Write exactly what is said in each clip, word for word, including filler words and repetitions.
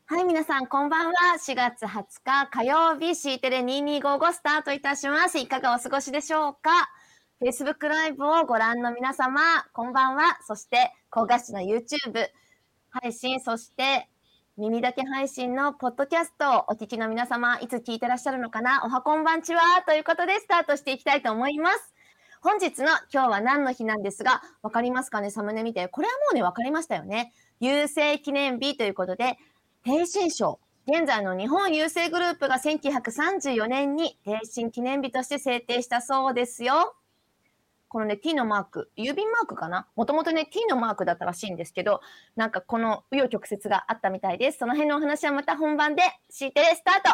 はい、皆さん、こんばんは。しがつはつか火曜日、シーテレにーにーごーごスタートいたします。いかがお過ごしでしょうか。Facebook ライブをご覧の皆様、こんばんは。そして、高画質な YouTube 配信、そして耳だけ配信のポッドキャストをお聞きの皆様、いつ聞いてらっしゃるのかな。おはこんばんちは。ということで、スタートしていきたいと思います。本日の今日は何の日なんですが、わかりますかね、サムネ見て。これはもうね、わかりましたよね。郵政記念日ということで、逓信賞。現在の日本郵政グループがせんきゅうひゃくさんじゅうよねんに逓信記念日として制定したそうですよ。このね、T のマーク、郵便マークかな、もともとね、T のマークだったらしいんですけど、なんかこの紆余曲折があったみたいです。その辺のお話はまた本番で、シーテレスタート。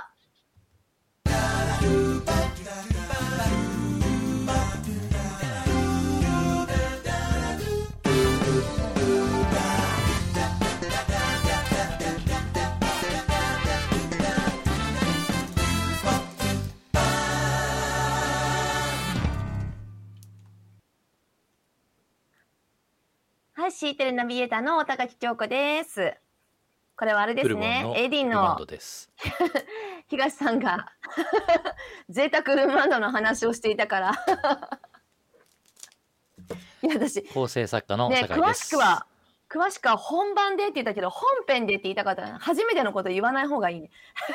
はい、シーテレナビゲーターの大高木京子です。これはあれですね、エディの東さんが贅沢ルマンドの話をしていたからいや私構成作家の酒井です、 ね、詳しくは詳しくは本番でって言ったけど本編でって言いたかったら初めてのこと言わない方がいいね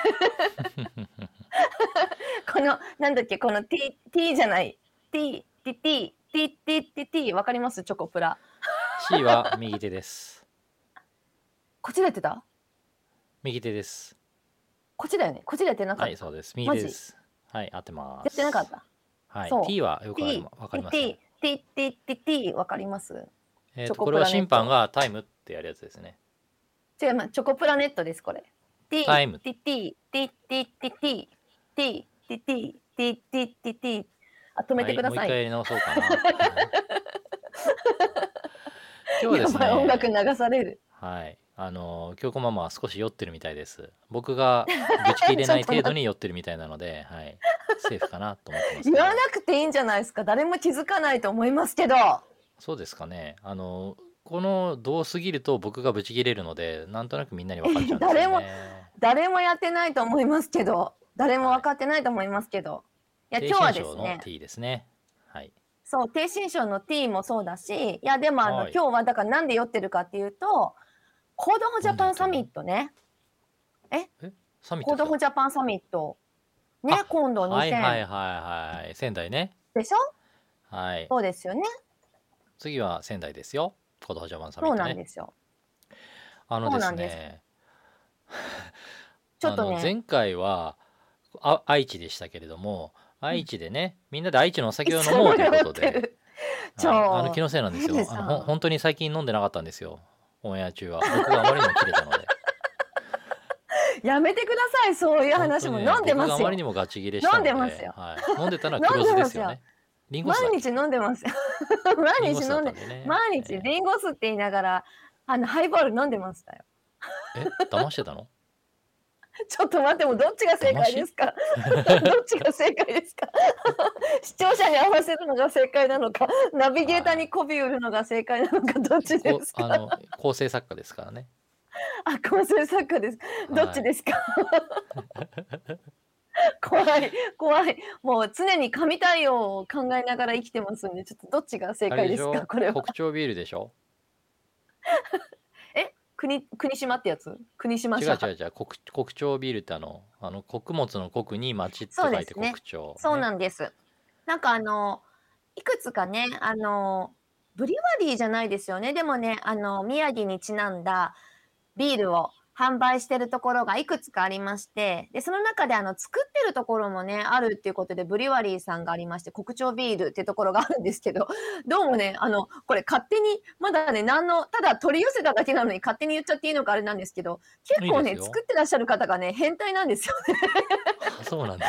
このなんだっけこの T, T じゃない T T T T T T T わかります？チョコプラ C は右手ですこっちでやってた？ 右手です。 こっちだよね。こっちでやってなかった。 はい、そうです。右手です。はい、合ってます。 やってなかった。 はい。T はよくわかります、ね。 T T T T わかります？ えっとこれは審判がタイムってやるやつですね。 違う、まチョコプラネットですこれ。T タイム。 T T T T T T T T T T T T T あ止めてください。 はい、もう一回やり直そうかな。今日はですね。 音楽流される。 はい。あの京子ママは少し酔ってるみたいです。僕がぶち切れない程度に酔ってるみたいなので、はい、セーフかなと思ってます。 言わなくていいんじゃないですか。誰も気づかないと思いますけど。 そうですかね。あのこの度過ぎると僕がぶち切れるので、なんとなくみんなに分かっちゃうんですよね。 誰も誰もやってないと思いますけど、誰も分かってないと思いますけど。はい、いや今日はですね。 T ですね。はい。 そう逓信賞の T もそうだし、いやでもあの、はい、今日はだからなんで酔ってるかっていうと。コードフォージャパンサミットね。え？ え？サミット？ コードフォージャパンサミット。ね、今度にせん。 はいはいはいはい。仙台ね。 でしょ？ はい。 そうですよね。 次は仙台ですよ。コードフォージャパンサミットね。 そうなんですよ。 あのですね。 ちょっとね。 前回はあ愛知でしたけれども、愛知でね、みんなで愛知のお酒を飲もうということで。はい、あの気のせいなんですよ。あの本当に最近飲んでなかったんですよ。オンエア中は僕があまりにも切れたのでやめてください。そういう話も、ね、飲んでますよ。 僕があまりにもガチ切れしたので飲んでますよ、 はい、飲んでたのは黒酢ですよね。リンゴ酢毎日飲んでますよ毎日飲んで、ね、毎日リンゴ酢って言いながらあのハイボール飲んでましたよえ騙してたの？ ちょっと待って、もどっちが正解ですかどっちが正解ですか視聴者に合わせるのが正解なのか、ナビゲーターに媚び売るのが正解なのか、どっちですか？ あの構成作家ですからね。 あ、構成作家です。どっちですか？怖い怖い。もう常に神対応を考えながら生きてますんで、ちょっとどっちが正解ですか？これは。 国鳥ビールでしょえ？国国島ってやつ？国島社。違う違う違う。国国鳥ビールってあのあの穀物の国に町って書いて国鳥、ね。 そうなんです。なんかあのいくつかね、あのブリワリーじゃないですよね。でもね、あの宮城にちなんだビールを販売してるところがいくつかありまして、でその中であの作ってるところもねあるっていうことで、ブリワリーさんがありまして、国鳥ビールっていうところがあるんですけど、どうもね、あのこれ勝手にまだね、何のただ取り寄せただけなのに勝手に言っちゃっていいのかあれなんですけど、結構ね作ってらっしゃる方がね変態なんですよねそうなんだ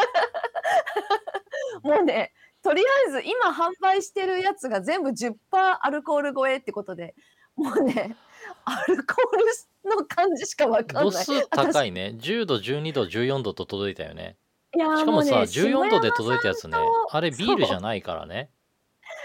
もうね、とりあえず今販売してるやつが全部 じゅっパーセント アルコール超えってことで、もうねアルコールの感じしかわかんない。 度数高いね。じゅうど、じゅうにど、じゅうよんどと届いたよね。 いやしかもさ、もうね、じゅうよんどで届いたやつね、あれビールじゃないからね。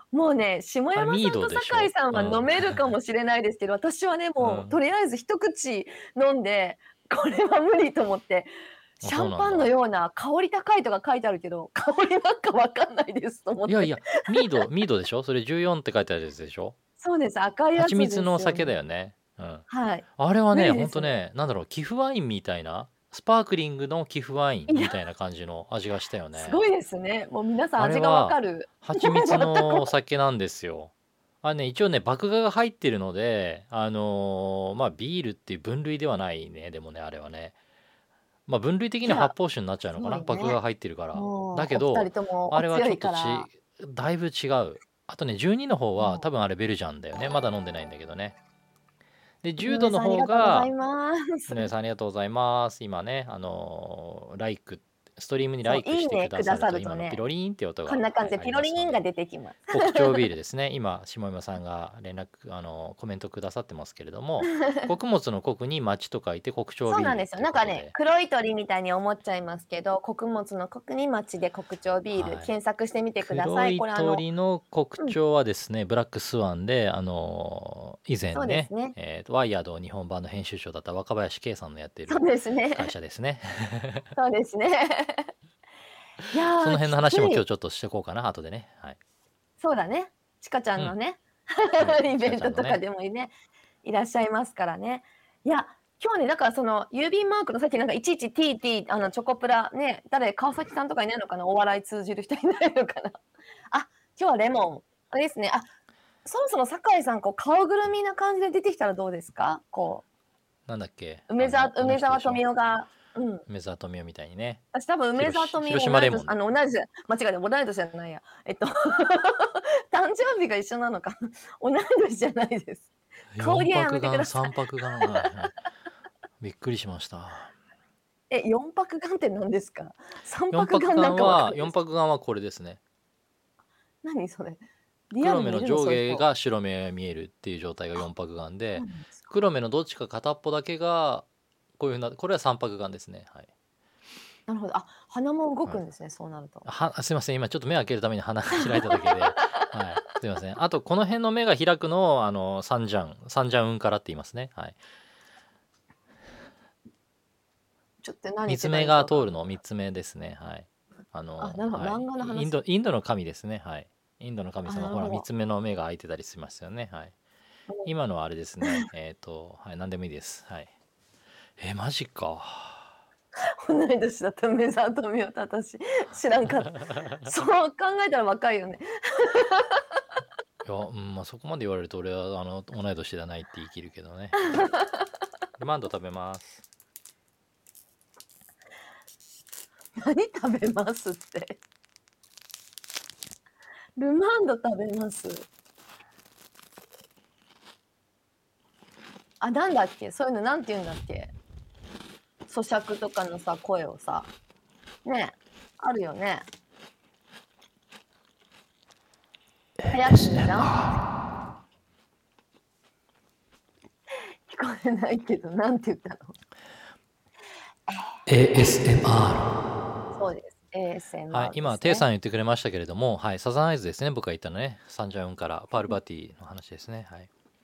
もうね、下あれ山さんとミードでし酒井ょ？ さんは飲うん。 めるかもしれないですけど、私はね、 うもうとん。 りあえず一口飲んで、これは無理と思って、 あ、 シャンそうなんだ。 パンのような香り高いとか書いてあるけど、香りなんかわかんないですと思って。 いやいや、ミードミードでしょ？それじゅうよんって書いてあるやつでしょ？ そうです、赤いや蜂つで蜜のお酒だすよね。 よね。うん。 はい。 あれはね、 無理ですね。 ほんとね、なんだろう、寄付ワインみたいな、スパークリングの寄付ワインいや、 みたいな感じの味がしたよね。 すごいですね。もう皆さんあれ味がわはかる。 蜂蜜やったのおこと酒なんですよ。あれね、一応ね、麦芽が入ってるので、あの、ま、ビールっていう分類ではないね、でもね、あれはね。ま、分類的にじゃあ、 は発泡酒になっちゃうのかな、 すごいね。 麦芽が入ってるから。だもうお二けど、 人ともおあれはちょっと強いから。 ちだいぶ違う。あとね、じゅうにの方はも多分あれベルジャンだよね。まだ飲んでないんだけどね。で、 う、 じゅうどの井上さんありがとうござい方がます。 井上さんありがとうございます。今ね、あの、ライクストリームにラそう、 イクしていいねくださくださると、 るとね、 今のピロリーンって音が、 こんな感はい、ありじでピロますので。 リンが出てきます。 国潮ビールですね。今、下山さんが連絡あの、コメントくださってますけれども、穀物の穀に町と書いて国潮ビールっそうなんですよ。なんかね、 ていうことで。 黒い鳥みたいに思っちゃいますけど、穀物の穀に町で国潮ビール、 はい。 検索してみてください。 黒いこれあの鳥の国うん。 潮はですね、ブラックスワンで、あの、以前ね、 そうですね。 えっと、ワイヤード日本版の編集長だった若林圭さんのやってそうるですね。 会社ですね。 そうですね。いそのや、 辺の話も今きつい。 日ちょっとしてこうかな、後でね。はい。 そうだね。ちかちゃうん。 んのね、 はい、 イちベントとかかちゃんのね。 でもいね、いらっしゃいますからね。いや、今日ね、だからその郵便マークのさっきなんかいちいち ティーティー、あのチョコプラね、誰、川崎さんとかいないのかな、お笑い通じる人いないのかな。あ、今日はレモン。あれですね、あ、そろそろ酒井さん、こう顔ぐるみな感じで出てきたらどうですか？こなんだっけ、 う、梅あの、あの沢梅沢人でしょ。 富美男がうん。 梅沢富美男みたいにね。 私多分梅ひろし沢富美広島レモン。 男同い年あの同い年間違えた、同い年じゃないや。えっと誕生日が一緒なのかな。同い年じゃないです。顔 4 芸や拍眼、 めてください。 さん拍眼、はいはい。びっくりしました。 え、よん拍眼って何ですか？さん 4 拍眼なん拍眼は4 かわかんないです。 拍眼はこれですね。 何それ？リアルにいるの？ 黒目の上そういう人。 下が白目が見えるっていう状態があ、 よん拍眼そうで、 なんですか。 黒目のどっちか片っぽだけがこういうふうな、これはさん拍眼ですね。はい。 なるほど。あ、鼻も動うん。 くんですね、そうなると。 は、すいません、今ちょっと目開けるために鼻が開いただけで、はい、すいません。あとこの辺の目が開くのをあのサンジャン、サンジャンウンカラって言いますね。はい。 ちょっと何言って三つ目たでしょうか？ が通るの三つ目ですね。はい。ああ、 の、 なるほど、 はい。 漫画の話。 インドインドの神ですね。はい。インドの神あ、 様、ほら三なるほど。 つ目の目が開いてたりしますよね。はい。 うん。 今のはあれですね。えっと、はい、何でもいいです。はい。え、マジか。 同い年だった梅沢富美男と私知らんかった。そう考えたら若いよね。 いや、うん、まあそこまで言われると俺はあの同い年ではないって言い切るけどね。ルマンド食べます。 何食べますって。ルマンド食べます。あ、なんだっけ、そういうのなんて言うんだっけ。咀嚼とかのさ、声をさ、ね、あるよね。早口じゃん？聞こえないけど、なんて言ったの？ エーエスエムアール。 そうです。エーエスエムはい、 アールで今、 すね。 テイさん言ってくれましたけれども、はい、サザンアイズですね、僕が言ったのね。サンジャウンからパールバティの話ですね。はい。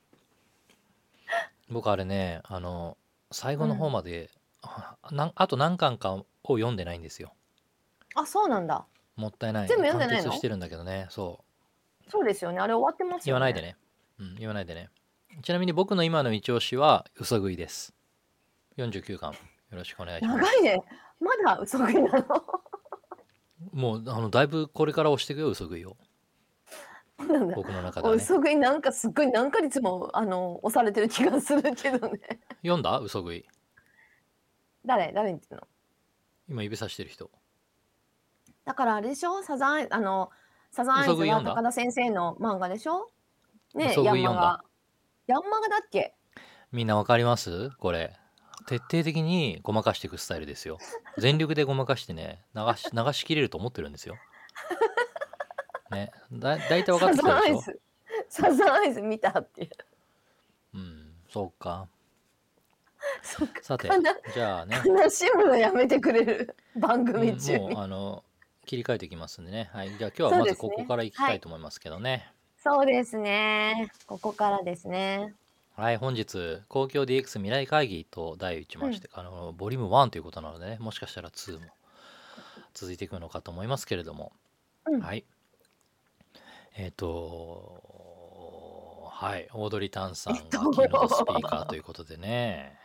僕あれね、あの、最後の方うん。 まで、あなんあと何巻かを読んでないんですよ。 あ、そうなんだ。 もったいない。 全部読ん完でないの？ 結してるんだけどね。そう。 そうですよね。あれ終わってますよね。 言わないでね。うん、言わないでね。ちなみに僕の今の一押しは、嘘食いです。よんじゅうきゅうかん。よろしくお願いします。 長いね。まだ嘘食いなの？ もう、あの、だいぶこれから押していくよ、嘘食いを。 そうなんだ。 僕の中ではね。 嘘食いなんかすっごい何ヶ月もあの押されてる気がするけどね。 読んだ嘘食い。 誰誰に言ってんの？ 今指さしてる人。 だからあれでしょ、サザンあのサザンアイズは嘘食い読んだ？ 高田先生の漫画でしょ？ね、 嘘ヤ食い読んだ？ ンマが。ヤンマがだっけ？ みんなわかりますこれ。徹底的にごまかしていくスタイルですよ。全力でごまかしてね、流し流しきれると思ってるんですよ。ね、だ大体分かっサてきたでしょ。 ザンアイズ、サザンアイズ見たっていう。 うん、そうか。 そっか。 さて、じゃあね、 悲しむのやめてくれる番うん、 組中もうに。 あの切り替えていきますんでね。はい、じゃあ今日はそうまずですね。 ここから行きはい。 たいと思いますけどね。 そうですね。ここからですね。 はい、本日、公共 ディーエックス 未来会議と題打ちまして、あの、ボリュームワンということなのでね、もしかしたらツーも続いていくのかと思いますけれども、 うん。 はい。えっ、と、はい、オードリー・タンさんがキーノートスピーカーということでね、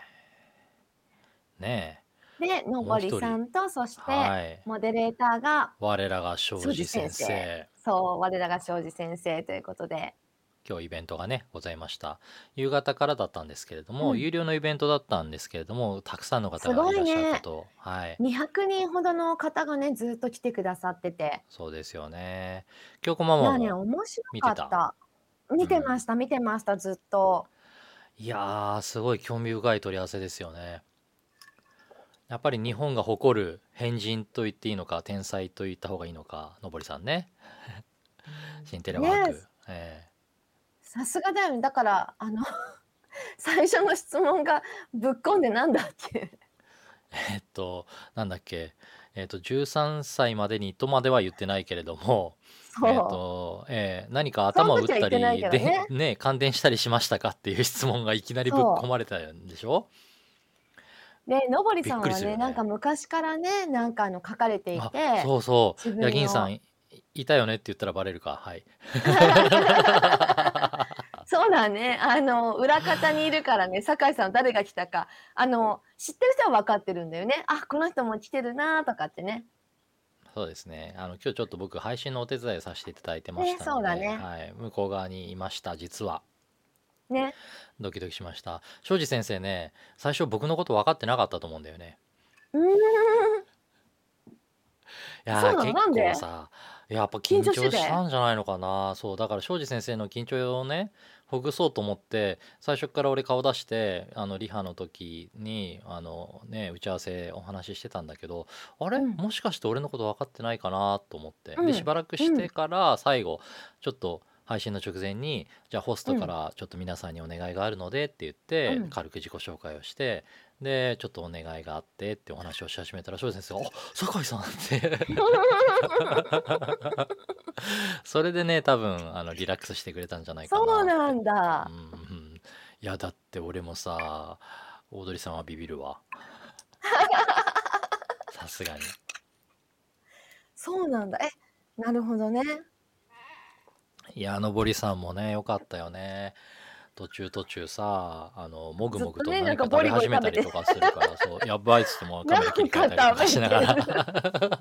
ねで、のぼりさんと、そしえ、 て、 はい、 モデレーターが、 我らが庄庄司先司先生。 生。 そう、我らが庄司先生ということで。 今日イベントがねございました。夕方からだったんですけれども、 うん有料のイベントだったんですけれども、たくさんの方すごいがいらっしゃったね。 と。はい。 にひゃくにんほどの方がね、ずっと来てくださってて。 そうですよね。京子マいやね、 マも面白見てた。 かった。見てました、見てました、ずっと。 いやー、すごい興味深い取り合わせですよね。やっぱり日本が誇る変人と言っていいのか、天才と言った方がいいのか、のぼりさんね。新テレワーク。 ねえさすがだよね。だから、あの、最初の質問がぶっこんでなんだっけ。 ーえっと、なんだっけ、えっと、じゅうさんさいまでにとまでは言ってないけれども、えっそう。 と、えー何かその頭を打った時は言ってないりで、 けどね。 ね、感電したりしましたかっていう質問がいきなりぶっ込そまれたんでしょ。 う。で、のぼりびっさんはね、 くりするよね。 なんか昔からね、なんかあの書かれていあ、 て、 そうそ自う。ヤ分の。 ギンさんいいたよねって言ったらバレるか。はい。 そうだね。あの、裏方にいるからね、酒井さん誰が来たか、あの、知ってる人は分かってるんだよね。あ、この人も来てるなとかってね。 そうですね。あの、今日ちょっと僕配信のお手伝いさせていただいてましね、 たので、 そうだね。 はい。向こう側にいました、実は。 ね。 ドキドキしました。庄司先生ね、最初僕のこと分かってなかったと思うんだよね。 うーん。 いやー、 そうなの？ 結なんで？ 構さ、やっぱ緊緊張してて？ 張したんじゃないのかな。そう、だから庄司先生の緊張をね、ほぐそうと思って、最初から俺顔出して、あの、リハの時に、あのね、打ち合わせお話ししてたんだけど、あれうん。 もしかして俺のこと分かってないかなと思って。で、しうん。 ばらくうん。 してから最後、ちょっと配信の直前に、じゃあホストかうん。 らちょっと皆さんにお願いがあるのでって言っうて、 ん。 軽く自己紹介をして、で、ちょっとお願いがあってってお話をし始めたら、庄司先生が、あ、酒井さんってそれでね、多分、あの、リラックスしてくれたんじゃないかそうなって。 なんうんだ。 うん。いや、だって俺もさ、オードリーさんはビビるわ。さすがに。 そうなんだ。え、なるほどね。 いや、のぼりさんもね、よかったよね。途中途中さ、あの、もぐもぐとずっとね、なん何か食べかボリボリ始めたり食べて。 とかするから、そう、やばいっつってもカメラ切なんかり替えたりとかしなが食べてる。 ら。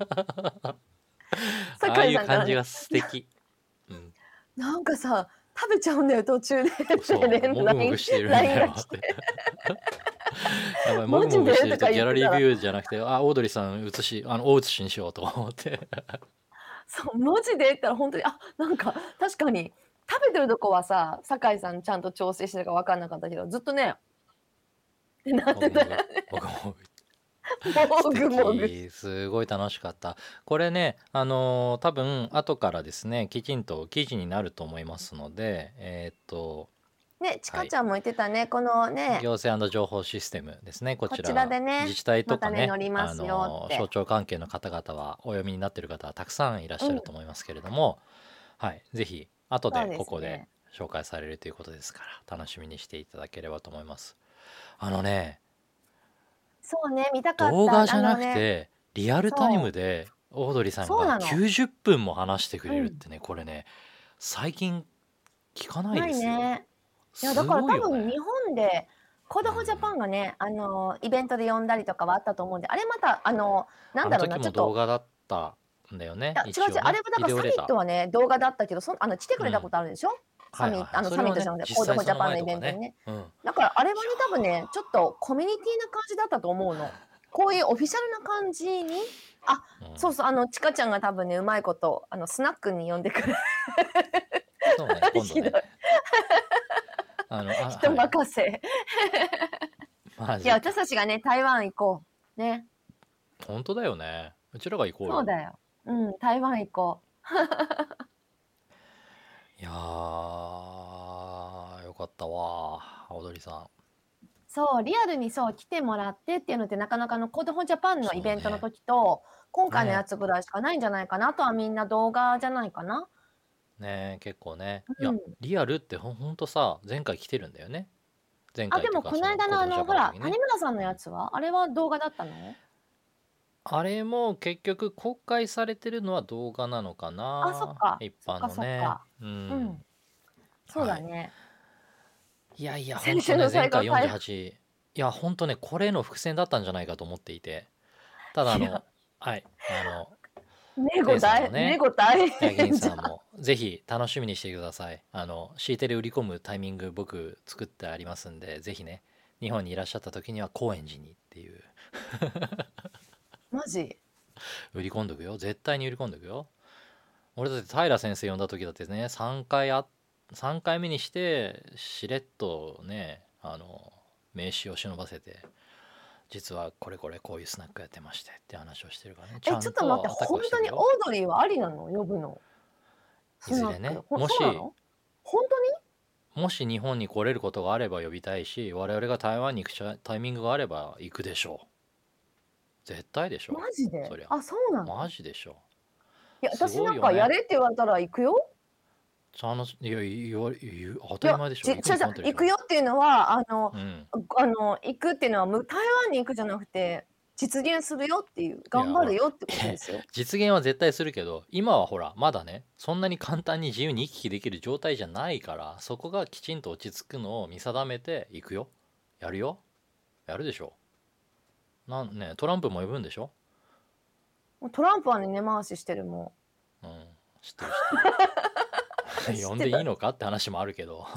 ああ酒井いうさんからね、 感じが素敵。うん。 なんかさ、食べちゃうんだよ、途中でってそう、 連もぐもぐラインしてるんラインだよって。 が来て。 やばい、もマぐもぐしてるとジでとかギャラリービ言ってたら、 ューじゃなくて、あ、オードリーさん写し、あの、大写しにしようと思って。 そう、マジでって言ったら本当に、あ、なんか確かに食べてるとこはさ、酒井さんちゃんと調整してるか分かんなかったけど、ずっとね、ってなってた。 もぐもぐ、もぐもぐ。素もぐもぐ。 敵。すごい楽しかった。これね、あのー多分、後からですね、きちんと記事になると思いますので、えーっと、 ね、ちはい。 かちゃんも言ってたね、このね、 行政情報システムですね。ここちちら、 らでね、 自治体とまたね、 かね、 乗りまあすよのー省って。 庁関係の方々はお読みになってる方はたくさんいらっしゃるうん、 と思いますけれども、はい。ぜひ、後でそうでここですね。 紹介されるということですから、楽しみにしていただければと思います。あのね、 そうね、見たかっ動た。あ画じゃなくのね、 て、リアルタイムそう、 でオードリーさんがそうなの。 きゅうじゅっぷんも話してくうん、 れるってね、これね、最近聞かないないですよ。 ね。いや、だすからごいよね。 多分日本で、コうダホジャパん。 ンがね、あの、イベントで呼んだりとかはあったと思うんで、あれまた、あの、なんだろうな、ちあの時もょっと、 動画だったんだよね、 いや、違う違う、 一応ね。 あれはだからサミビデオレタットはね、動画だったけど、そんあの、来てくれたこー。うん。 とあるでしょ？サミあはいはいはい。 の、 それはね、 サミットじゃなくて、コーダ実際そのホジャパンのイ前とかね。 ベントにね。 うん。いやだからあれはね、多分ね、ちょっとコミュニティな感じだったと思うの。こういうオフィシャルな感じに、あ、 ー、うん。 そうそう、あの、ちかちゃんが多分ね、うまいこと、あの、スナックに呼んでくる。 そうね、今度ひどい。 ね。あの、あ、 人はい。 任せ。いや、 マジか。 私たちがね、台湾行こう。ね。 本当だよね。うちらが行こうよ。 そうだよ。うん、台湾行こう。 いやー、よかったわ。オードリーさん。 そう、リアルにそう、来てもらってっていうのってなかなかのコードフォンジャパンのそうイベントのね。 時と、今回のやね。 つぐらいしかないんじゃないかな。あとはみんな動画じゃないかな。 ねえ、結構ね。いうや、 ん。 リアルってほんほんとさ、前回来てるんだよね。前あ、 回っていうか、 でもこその、 の間のあの、 子供ジャほら、 パンの時ね。 谷村さんのうん。 やつはあれは動画だったの？ あれも結局公開されてるのは動画なのかあ、そっな、 か。 一般そっかのね。 そっか。 うん。 うん。そうはい。 だね。 いやいや、ほんとね、 先週の前回最後台よんじゅうはち、いや、ほんとね、これの伏線だったんじゃないかと思っていて。ただあいや、 の、はい、あの、 寝ケイご大寝さんもね、 ご大ヤギン変じゃん。 さんも、ぜひ楽しみにしてください。あの、シーテレ売り込むタイミング僕作ってありますんで、ぜひね、日本にいらっしゃった時には高円寺にっていう、 マジ？ 売り込んどくよ。絶対に売り込んどくよ。俺だって平先生呼んだ時だってね、さんかいあ、さんかいめにして、しれっとね、あの、名刺を忍ばせて、実はこれこれこういうスナックやってましてって話をしてるからね、ちえ、 ゃんちょっと待って、 とアタックほんとにオーはしてるよ。 ドリーはありなの？呼ぶの。 いスナック。 ずれね、 ほもし、 そうなの？ほんとに？ もし日本に来れることがあれば呼びたいし、我々が台湾に行くタイミングがあれば行くでしょう。絶対でしょマジう。そで？ りゃ。 あ、そうなマの？ ジでしょいや、 う。す私なんかやごいよね。 れって言われたら行くよ。 あの、いや、言われ、言う当いや、 たり前でしょ。 ち行くに違う違う、行決まってるでしょ。 くよっていうのは、あの、 うん。 あの、行くっていうのは、む台湾に行くじゃなくて、実現するよっていう、 いや、ほら、 頑張るよってことですよ。 実現は絶対するけど、今はほら、まだね、そんなに簡単に自由に行き来できる状態じゃないから、そこがきちんと落ち着くのを見定めて行くよ。やるよ。やるでしょ。なんね、トランプも呼ぶんでしょ。 もうトランプはね、根回ししてる、もうん、知ってる知ってう。 る。 知っ呼んてた。 でいいのかって話もあるけど。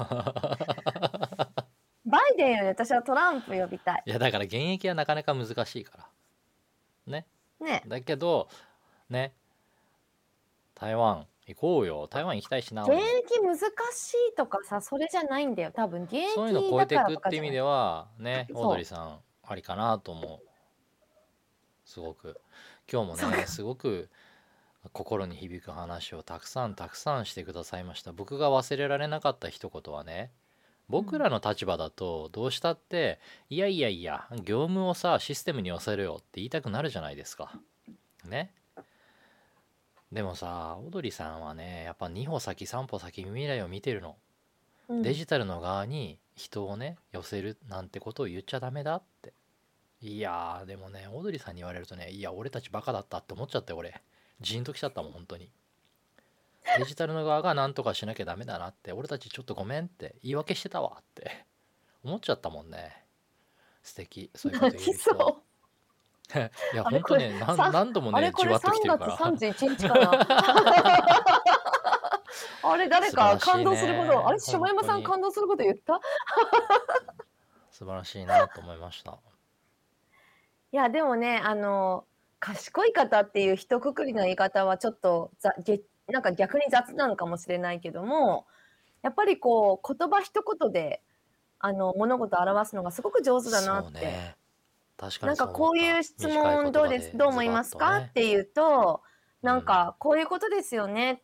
バイデンより私はトランプ呼びたい。 いや、だから現役はなかなか難しいから。ね。 ね。 だけど、ね、台湾行こうよ。台湾行きたいしな、 現俺も。 役難しいとかさ、それじゃないんだよ。多分現そういうの超えてい役だからくって意味でとかじゃない。 は、ね、オードリーそさん、ありかなと思う。すごく。今日もう。そうか。 ね、すごく心に響く話をたくさんたくさんしてくださいました。僕が忘れられなかった一言はね、 うん。 僕らの立場だとどうしたって、いやいやいや、業務をさ、システムに寄せるよって言いたくなるじゃないですか。ね。でもさ、オードリーさんはね、やっぱに歩先さん歩先未来を見てるの。 うん。 デジタルの側に人をね、寄せるなんてことを言っちゃダメだって。いやー、でもね、オードリーさんに言われるとね、いや、俺たちバカだったって思っちゃって俺。ジーンときちゃったもん、本当に。デジタルの側が何とかしなきゃダメだなって、俺たちちょっとごめんって言い訳してたわって思っちゃったもんね。素敵、そういうこと言え泣きる人。 そう。 いや、 あれこれ、 ほんとね、何さ何度もね、 あれこれじわっとき 3月てるから。 さんじゅういちにちかな。あれ誰素晴らしいか感動すること、あれね。 下山さん本当に。 感動すること言った？ 素晴らしいなと思いました。 いや、でもね、あの、賢い方っていう一括りの言い方はちょっと、ざげなんか逆に雑なのかもしれないけども、やっぱりこう、言葉一言で、あの、物事を表すのがすごく上手だなって。 そうね。確かなんかにそう思った。 こういう質短い言問どうですどう思い葉でズバますかっッとね。 ていうと、なんうん。 かこういうことですよねって。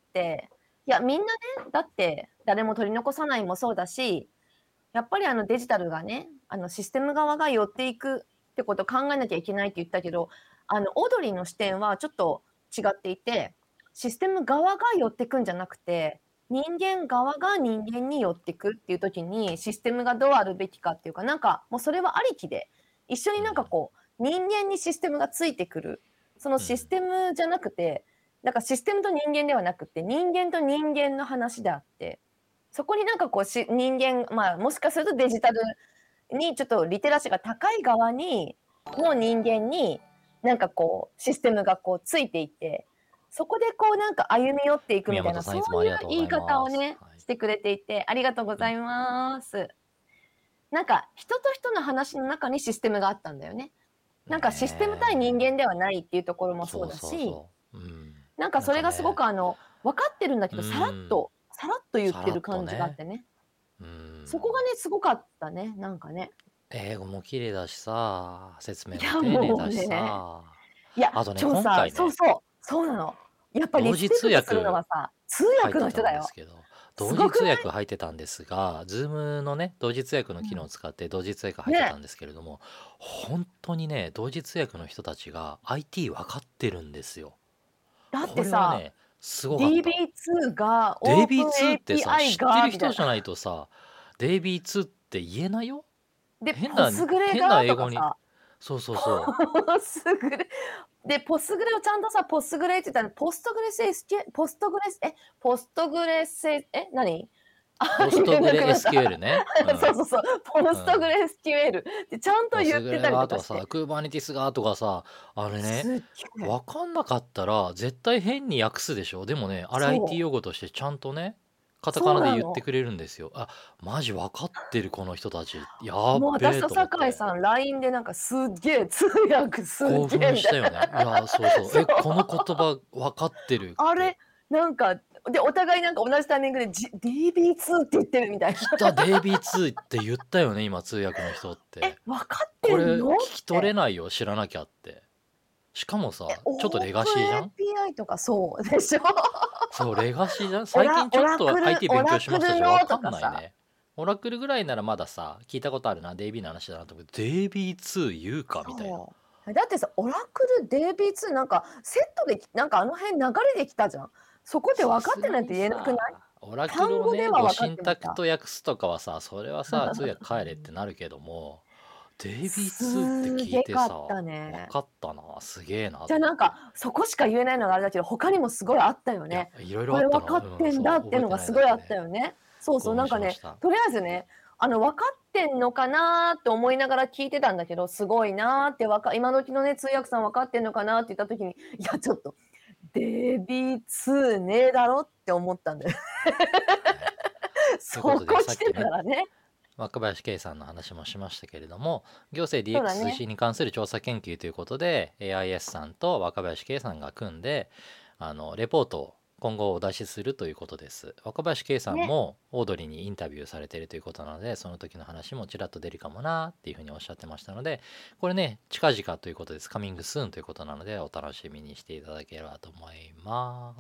いや、みんなね、だって誰も取り残さないもそうだし、やっぱりあのデジタルがね、あのシステム側が寄っていくってことを考えなきゃいけないって言ったけど、あのオードリーの視点はちょっと違っていて、システム側が寄ってくんじゃなくて、人間側が人間に寄ってくっていう時に、システムがどうあるべきかっていうか、なんかもうそれはありきで、一緒になんかうん。 こう、人間にシステムがついてくる。そのうん。 システムじゃなくて、なんかシステムと人間ではなくて、人間と人間の話であって、そこになんかこうし人間、まあ、もしかするとデジタルにちょっとリテラシーが高い側にの人間に、なんかこうシステムがこうついていて、そこでこうなんか歩み寄っていくみたいな、 宮本さん、 そういつもあいう言いりがとうございます。 方をね、 はい。 してくれていて、ありがとうごうん。 ざいます。なんか人と人の話の中にシステムがあったんだよね。なんかシステム対人間ねではないっていうところもえ。そうそうだし、 そうそう。うん。 なんかなんそれがすごかね、 くあの、分かってるんだけうど、さらっん。 とさらっと言っさらってる感じがあっとね。 てね。 うん。 そこがね、すごかったね、なんかね。 英語も綺麗だしさ、説明もいや、 丁寧もうだしね。 さ。 いや、 あとね、 今日さ、 今回ね、 そうそう、そうなの。やっぱリス同時通ペクトするの訳がさ、通訳入ってたの人だよ。 んですけど、同時通すごくない？ 訳入ってたんですが、Zoom のね、同時通訳の機能を使って同時通訳入ってたね。 んですけれども、本当にね、同時通訳の人たちが アイティー 分かってるんですよ。 だっこてさ、 れはね、 すごかった。 ディービーツー がオープンデイビーツー ってさ、知エーピーアイってがみたいな。 る人じゃないとさ、デイビーツー って言えないよ。 で、 変なポスグレ変なが英語に。 とかさ、 そうそうそポスグレで、ポスグレをちゃんとさ、ポスグレって言ったら、ポストグレスエスキュポストグレスえ、ポストグレセえ、何？あ、 ポスト言えグレなくなった。 エスキューエル ね。うそうん。 そうそう、ポストグうん。 レ エスキューエル ってちゃんとポ言ってたりスグレがとかして。 とかさ、Kubernetes がとかさ、あれね、 すっげえ。 わかんなかったら絶対変に訳すでしょ。でもね、あれ アイティーそう。 用語としてちゃんとね、カタカそうナでなの。 言ってくれるんですよ。あ、マジわかってるこの人たち。やっもう私べえと酒井と思って。 さん ライン でなんかすっげえ、通訳すっ興げえみたいな。 奮したよね。いや、そうそう。 そう。 え、この言葉わかってるって。 あれ、なんか、で、お互いなんか同じタイミングで、じ ディービーツー って言ってるみたいな。 来た デイビーツー って言ったよね、今通訳の人っえ、 て。 分かっこれ聞てんの？っき取れて。 ないよ、知らなきゃって。しかもさ、 え、 ちょっとオーレガプンシーじゃん？ エーピーアイ とかそうでしょ？ そう、レガシーじゃん？ オラ最近ちょっオラクルと アイティーオ勉強ラクルしましたじゃわのとかんかさ。 ないね。オラクルぐらいならまださ、聞いたことあるな、デイビーの話だなと思って、デイビーツー言うかみたいな。 そう。だってさ、オラクル デイビーツー なんかセットでなんかあの辺流れできたじゃん。そこでさ分かっすがにてないと言えなくない？ さ、オラク単ルをね、ご語では分かっ神託てました。 と訳すとかはさ、それはさ、通訳帰れってなるけども、デイビーツーってす聞いてさ、 げかったわね。 かったな、すげえなじゃ、 と思って。 なんか、そこしか言えないのがあれだけど、他にもすごいあったよいや、 ね。 いろいろこれあったの。 分かってうん、そう、 んだっていうの覚えてないがすごいあっただけで。 よね。そうそう、 興奮なんかね、 しました。 とりあえずね、あの、分かってんのかなって思いながら聞いてたんだけど、すごいなって、わか今時のね、通訳さん分かってんのかなって言った時に、いや、ちょっと、デイビーツーねえだろって思ったんだよ。 はい。ということで、 そこ来てさっきね、 たらね。 若林圭さんの話もしましたけれども、行政そうだディーエックス 推ね。 進に関する調査研究ということで、エーアイエス さんと若林圭さんが組んで、あの、レポートを今後お出しするということです。若林圭さんね。 もオードリーにインタビューされているということなので、その時の話もちらっと出るかもなっていうふうにおっしゃってましたので、これね、近々ということです。カミングスーンということなので、お楽しみにしていただければと思います。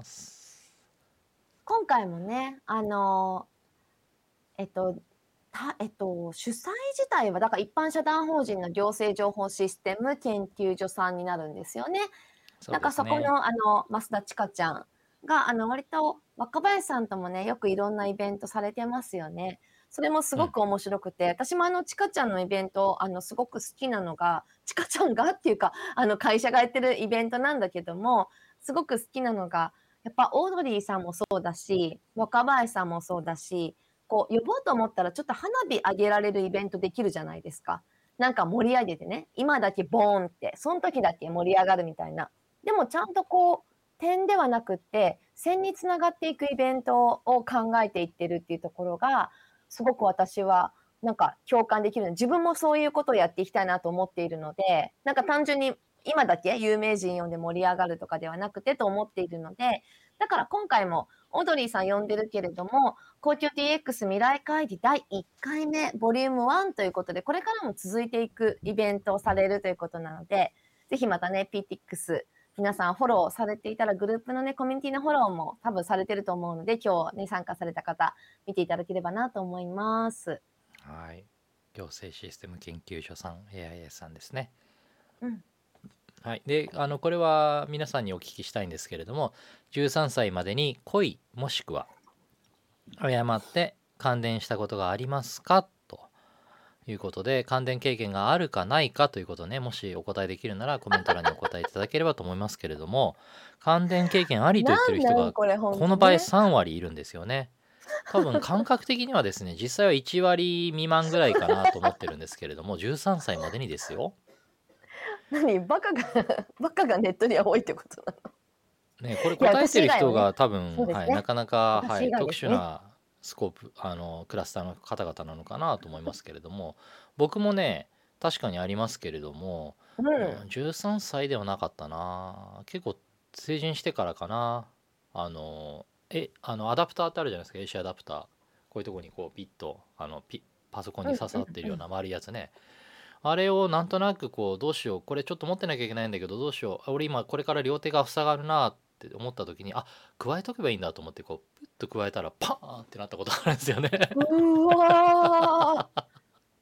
今回もね、あの、えっと、たえっと、主催自体は、だから一般社団法人の行政情報システム研究所さんになるんですよね。 そうなんかそこですね。 の、あの、増田千佳ちゃんが、あの、割と若林さんともね、よくいろんなイベントされてますよね。それもすうん。 ごく面白くて、私もあの、千佳ちゃんのイベント、あの、すごく好きなのが、千佳ちゃんがっていうか、あの、会社がやってるイベントなんだけども、すごく好きなのが、やっぱオードリーさんもそうだし、若林さんもそうだし、こう呼ぼうと思ったらちょっと花火上げられるイベントできるじゃないですか。なんか盛り上げてね、今だけボーンって、その時だけ盛り上がるみたいな。でもちゃんとこう、点ではなくって、線につながっていくイベントを考えていってるっていうところが、すごく私はなんか共感できるの。自分もそういうことをやっていきたいなと思っているので、なんか単純に今だけ有名人呼んで盛り上がるとかではなくてと思っているので、だから今回もオードリーさん呼んでるけれども、公共 ディーエックス 未来会議だいいっかいめ、ボリュームワンということで、これからも続いていくイベントをされるということなので、ぜひまたね、ピーティックス、皆さんフォローされていたら、グループのね、コミュニティのフォローも多分されてると思うので、今日ね、参加された方、見ていただければなと思います。 はい。行政システム研究所さん、エーアイエス さんですね。 うん。 はい、であのこれは皆さんにお聞きしたいんですけれども、じゅうさんさいまでに恋もしくは誤って感電したことがありますかということで、感電経験があるかないかということね、もしお答えできるならコメント欄にお答えいただければと思いますけれども、感電経験ありと言ってる人がなんなんこれ、ほんこの場合とね。 さんわりいるんですよね。多分感覚的にはですね、実際はいちわり未満ぐらいかなと思ってるんですけれども、じゅうさんさいまでにですよ。 何バカがバカがネットには多いってことなの？ ね、これいや、 答えてる私以外はね。 人が多分、はい、なそうですね。 かなか、は私以い、 外ですね。 特殊なスコープ、あの、クラスターの方々なのかなと思いますけれども、僕もね、確かにありますけれども、 ううん、 ん。 じゅうさんさいではなかったな。結構成人してからかな。あの、え、あの、アダプターってあるじゃないですか、エーシー アダプター。こういうところにこうピッと、あの、ピパソコンうんに刺さってるうんうん。 ような丸いやつね。あれをなんとなくこう、どうしよう、これちょっと持ってなきゃいけないんだけど、どうしよう、あ俺今これから両手が塞がるなって思った時に、あ、加えとけばいいんだと思って、こう、プッと加えたら、パーンってなったことがあるんですよね。 うわ。い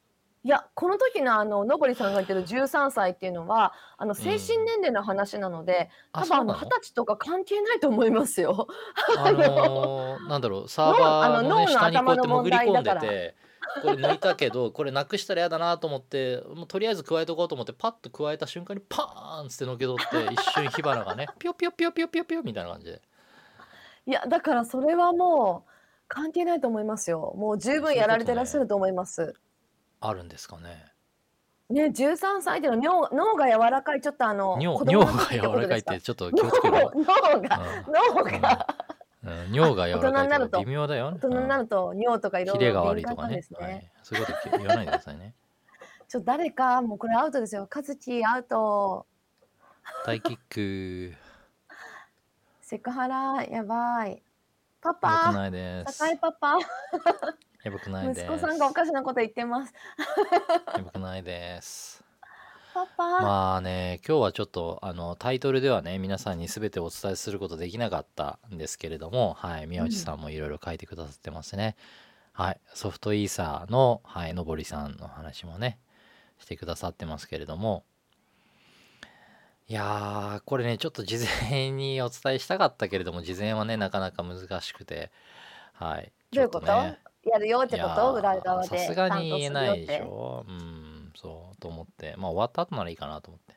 いや、この時のあの、のぼりさんが言ってるじゅうさんさいっていうのは、あの、 う精神ん。 年齢の話なので、 あ、 多分あの、 そうなの？ はたちとか関係ないと思いますよ。 ああの、 の、なんだろう、サー脳あの、 バーのね、 脳の下にこうやって頭の問潜り込ん題だから。 でて、これ抜いたけど、これなくしたら嫌だなと思って、もうとりあえず加えとこうと思って、パッと加えた瞬間にパーンっつってのけ取って、一瞬火花がね、ピヨピヨピヨピヨピヨピヨみたいな感じで。 いや、だからそれはもう関係ないと思いますよ。もう十分そういうこやられてらっしゃとね、 ると思います。 あるんですかね。 ね、じゅうさんさいでの尿脳が柔らかい、ちょっとあの、 尿尿が子供の時って柔らかいっことですか？ てちょっと気をつけろ。 脳脳が脳うん。 がうん。うん、尿あ、 が大柔らかいとか人になると微妙だよ。 大人になうん。 ると尿とかいろいろキレが悪敏感なんでいとかね。 すね。 はい。そういうことき言わないでくださいね。 ちょ、誰か、もうこれアウトですよ。かずきアウト。 タイキック。 セクハラ、やばい。パパ、 良くないで酒井す。 パパ。 やばくない息子です。 さんがおかしなこと言ってます。 やばくないです。 パパ。 まあね、今日はちょっとあのタイトルではね、皆さんに全てお伝えすることできなかったんですけれども、はい、宮内うん。 さんもいろいろ書いてくださってますね。はい、ソフトイーサーの、はい、のぼりさんの話もね、してくださってますけれども、いやー、これね、ちょっと事前にお伝えしたかったけれども、事前はね、なかなか難しくて、はい、ちょっどういうこと？ とね、 やるよっいてこと？裏やー、 側さすがで担当に言えないでしするよって。 ょ。うん、そう、と思って、まあ終わった後ならいいかなと思って、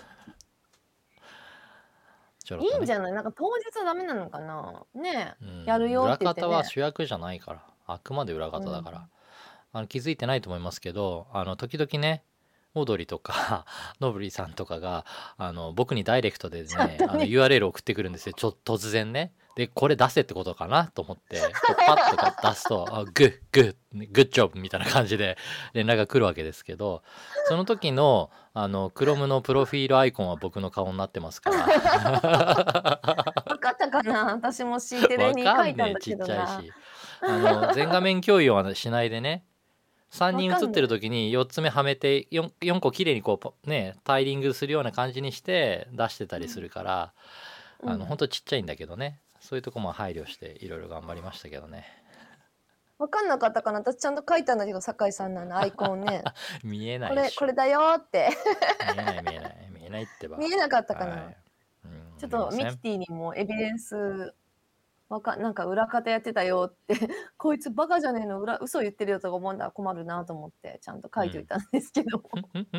ちょろっとね。 いいんじゃない？なんか当日はダメなのかな？ねうえ、やるん、 よっ裏て言ってね。 方は主役じゃないから、あくまで裏うん。 方だから。あの気づいてないと思いますけど、あの時々ね、オードリーとかノブリーさんとかがあの僕にダイレクトでね、あのちゃんとね。 ユーアールエル 送ってくるんですよ。ちょ突然ね。で、これ出せってことかなと思って、こうパッとか出すと、あ、グッ、グッ、グッジョブみたいな感じで連絡が来るわけですけど、その時の、あの、Chrome のプロフィールアイコンは僕の顔になってますかわかったかな？私も C テら。 レわかんねえ、 に書いたんだちっけどな。 ちゃいし。あの、全画面共有はしないでね、さんにん写ってるわかんない。 時によっつめはめて 4, 4個きれいにこうポねタイリングするような感じにして出してたりすうん。 るから、あのほんうん。 とちっちゃいんだけどね、そういうとこも配慮していろいろ頑張りましたけどね。 わかんなかったかな？私ちゃんと書いたんだけど、酒井さんのあのアイコンね。 見えなこれ、 いっしょ。 これだよって見えない見えない見えないってば。 見えなかったかな？ はい。うん、 ちょっ見ません。 とミキティにもエビデンス、わかなんか裏方やってたよってこいつバカじゃねえの、裏嘘言ってるよとか思うんだら困るなと思ってちゃんと書いておいうん。 たんですけど。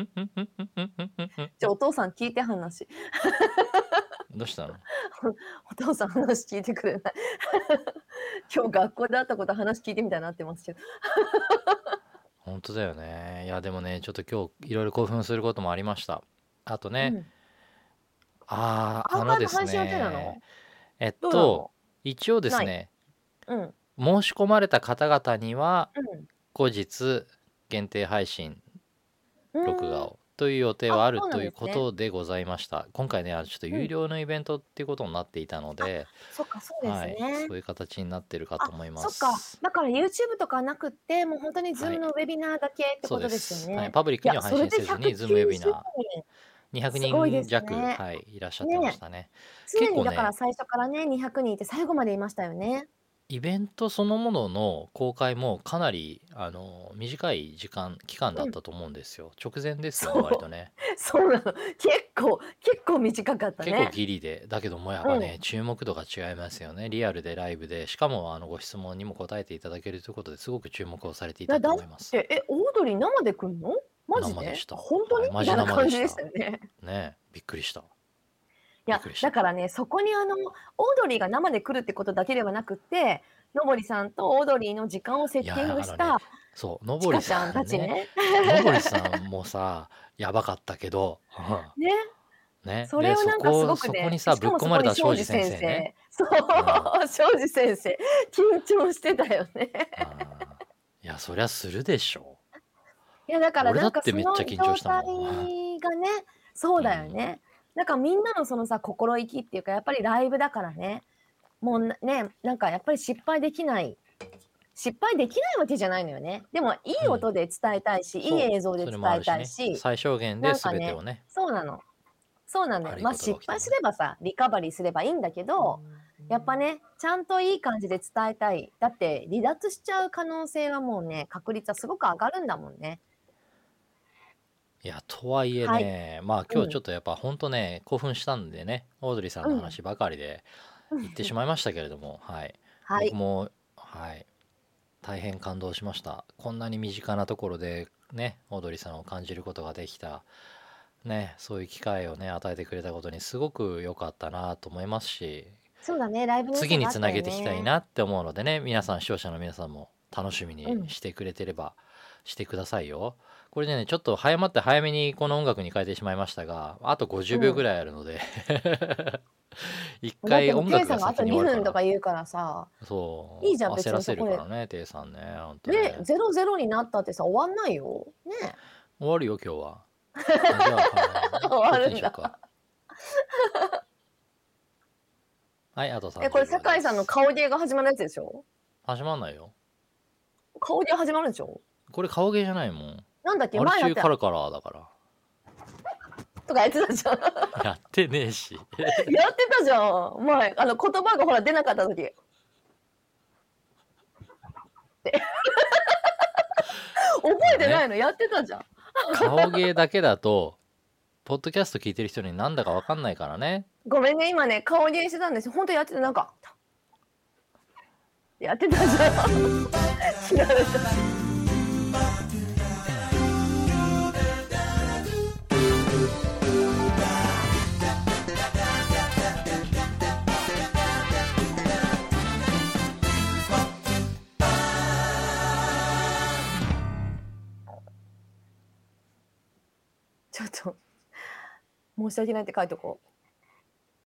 じゃあお父さん聞いて話。 どうしたの？ お父さん話聞いてくれない。今日学校で会ったこと話聞いてみたいになってますけど。 本当だよね。いやでもね、ちょっと今日いろいろ興奮することもありました。あとね、 うん。 ああ、 アーあのですカイブ配信予定なね、 の？ えっと、 どうなの？ 一応ですない。 ね、 うん。 申し込まれた方々にはうん。 後日限定配信うーん。 録画をという予定はあ、 あるそうなんというこですね。 とでございました。今回ね、あのちょっとうん。 有料のイベントっていうことになっていたのあ、 で、 そっか、そうですはい、 ね。 そういう形になってるかとあ、 思いまそっか。 す。 だから YouTube とかなくって、もうほんとには Zoom い、 のウェビナーだけってそうことですよです。はい、 ね。 パブリッいや、 クには配それで信せずに Zoom ウェビナひゃくきゅうじゅうーにん、 200 すごいです人弱、 ね。 はい、いらっしゃってましね。 たね。結常にだから構ね、 最初からね、にひゃくにんいて最後までいましたよね。 イベントそのものの公開もかなりあの短い時間期間だうん。 ったと思うんですよ。直前ですよね、割とそう。 ね。 そうなの。結構結構短かった結構ね。 ギリで、だけどもやっぱうん。 ね、注目度が違いますよね。リアルでライブで、しかもあのご質問にも答えていただけるということですごく注目をされていいや、 たとだっ思います。 て、え、オードリー生で来んの？マジで？あ、 生でした。 ほんとに？ はい、マジみたいな感じでし生でした。 たよね。 ね、びっくりした。 いや、 びっくりした。 だからね、そこにあの、オードリーが生で来るってことだけではなくって、のぼりさんとオードリーの時間をセッティンいや、あのね、 グしたそう、のぼりちかちゃんさんね、 たちね。 のぼりさんもさ、やばかったけど、うん、 ね。 ね、で、 それをそなんかすこ、 ごくね、 そこにさ、 しかもそぶっ込まれこに庄司た庄司先先生。 生ね。 そう、 うん。あ庄司先生、緊張してたよね。 あ、いや、そりゃするでしょ。 いや、だから俺だなんかそってめっちゃの状緊張したもん。 態がね、そううん。 だよね。なんかみんなのそのさ、心意気っていうか、やっぱりライブだからね、もうなね、なんかやっぱり失敗できない失敗できないわけじゃないのよね。でもいいうん。 音で伝えたいし、いいそう、 映像でそれもあ伝えるしね。 たいし、 最小限でなんかね、 全てをね、 そうなの。そうなんだよ。 悪いま、 ことが起きてもね。 失敗すればさ、リカバリーすればいいんだけど、やっぱね、ちゃんといい感じで伝えたい。だって離脱しちゃう可能性はもうね、確率はすごく上がるんだもんね。 いや、とはいえはい。 ね、まあ今日ちょっとやっぱ本当ね、興奮したんでね、オードリーさんの話ばかりで言ってしまいましたけれども、はい。 はい。 僕も、はい、大変感動しました。こんなに身近なところでね、オードリーさんを感じることができた、ね、そういう機会をね、与えてくれたことにすごく良かったなと思いますし、 そうだね、ライブの良さ次につながあったよげていきたいね。 なって思うのでね、皆さん、視聴者の皆さんも楽しみにうん。 してくれてればしてくださいよ。これでね、ちょっと早まって早めにこの音楽に変えてしまいましたが、あとごじゅうびょうぐうん。 らいあるので一だってもう、 回音楽がテイさんがあと先に終わる 2分とから。 か言うからさ、いいじゃん、 そう、焦別にそこで。 らせるからね、テイさんね、ほんとね、 ね。 ゼロゼロになったってさ、終わんないよ。ね。 終わるよ、今日は。あ、じゃあ、はい、 終こっちわるんだ。 にしよっか。はい、あとえ、これ 30秒酒井さんのです。 顔芸が始まるやつでしょ？ 始まんないよ。 顔芸始まるんでしょ？ これ顔芸じゃないもん。 なんだっけ、 アル前やってた中カラカラだから。 とかやってたじゃん。 やってねえし。 やってたじゃん。前、あの言葉がほら出なかった時。って覚えてないの？やってたじゃん。 顔芸だけだと、ポッドキャスト聞いてる人になんだかわかんないからね。 ごめんね、今ね、顔芸してたんですよ。ほんとやってた、なんか、やってたじゃん。知られた。ちょっと申し訳ないって書いとこう。